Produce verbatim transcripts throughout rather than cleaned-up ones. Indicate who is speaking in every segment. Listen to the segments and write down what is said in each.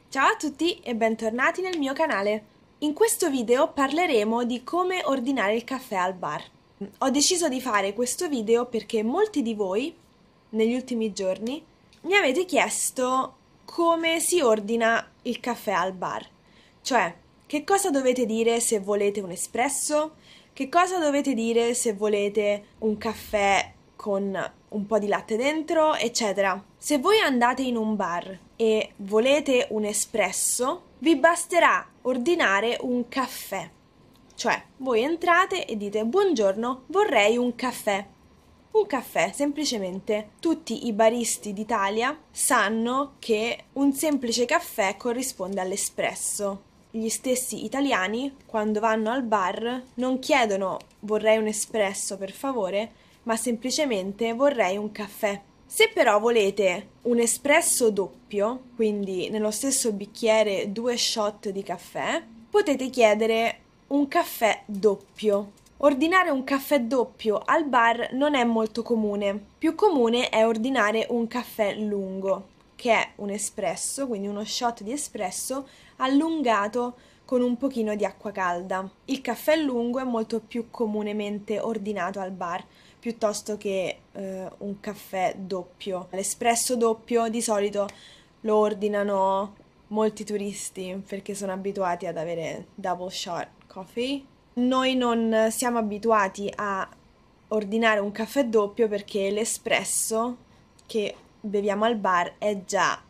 Speaker 1: Ciao a tutti e bentornati nel mio canale. In questo video parleremo di come ordinare il caffè al bar. Ho deciso di fare questo video perché molti di voi, negli ultimi giorni, mi avete chiesto come si ordina il caffè al bar. Cioè, che cosa dovete dire se volete un espresso? Che cosa dovete dire se volete un caffè con un po' di latte dentro, eccetera. Se voi andate in un bar e volete un espresso, vi basterà ordinare un caffè. Cioè, voi entrate e dite: buongiorno, vorrei un caffè. Un caffè, semplicemente. Tutti i baristi d'Italia sanno che un semplice caffè corrisponde all'espresso. Gli stessi italiani, quando vanno al bar, non chiedono vorrei un espresso per favore, ma semplicemente vorrei un caffè. Se però volete un espresso doppio, quindi nello stesso bicchiere due shot di caffè, potete chiedere un caffè doppio. Ordinare un caffè doppio al bar non è molto comune. Più comune è ordinare un caffè lungo, che è un espresso, quindi uno shot di espresso allungato con un pochino di acqua calda. Il caffè lungo è molto più comunemente ordinato al bar, piuttosto che eh, un caffè doppio. L'espresso doppio di solito lo ordinano molti turisti perché sono abituati ad avere double shot coffee. Noi non siamo abituati a ordinare un caffè doppio perché l'espresso che beviamo al bar è già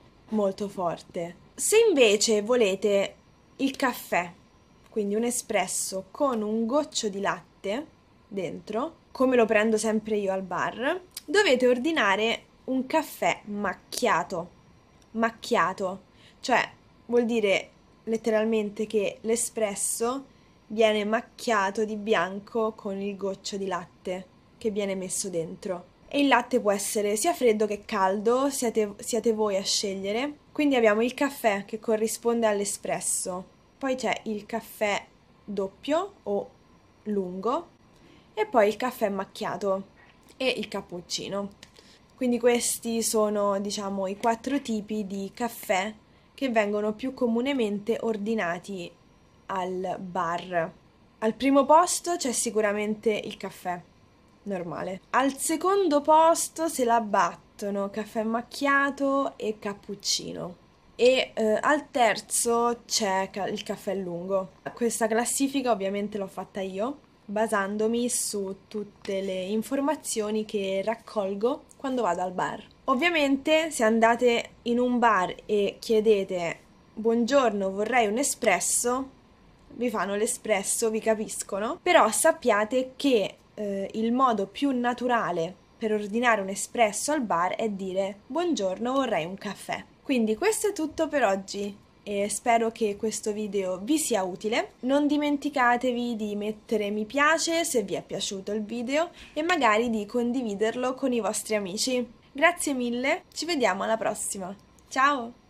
Speaker 1: molto forte. Se invece volete il caffè, quindi un espresso con un goccio di latte dentro, come lo prendo sempre io al bar, dovete ordinare un caffè macchiato. Macchiato, cioè vuol dire letteralmente che l'espresso viene macchiato di bianco con il goccio di latte che viene messo dentro. E il latte può essere sia freddo che caldo, siete, siate voi a scegliere. Quindi abbiamo il caffè che corrisponde all'espresso, poi c'è il caffè doppio o lungo e poi il caffè macchiato e il cappuccino. Quindi questi sono, diciamo, i quattro tipi di caffè che vengono più comunemente ordinati al bar. Al primo posto c'è sicuramente il caffè normale. Al secondo posto se la battono caffè macchiato e cappuccino. E eh, al terzo c'è ca- il caffè lungo. Questa classifica ovviamente l'ho fatta io, basandomi su tutte le informazioni che raccolgo quando vado al bar. Ovviamente se andate in un bar e chiedete buongiorno, vorrei un espresso, vi fanno l'espresso, vi capiscono, però sappiate che eh, il modo più naturale per ordinare un espresso al bar è dire buongiorno, vorrei un caffè. Quindi questo è tutto per oggi e spero che questo video vi sia utile. Non dimenticatevi di mettere mi piace se vi è piaciuto il video e magari di condividerlo con i vostri amici. Grazie mille, ci vediamo alla prossima. Ciao!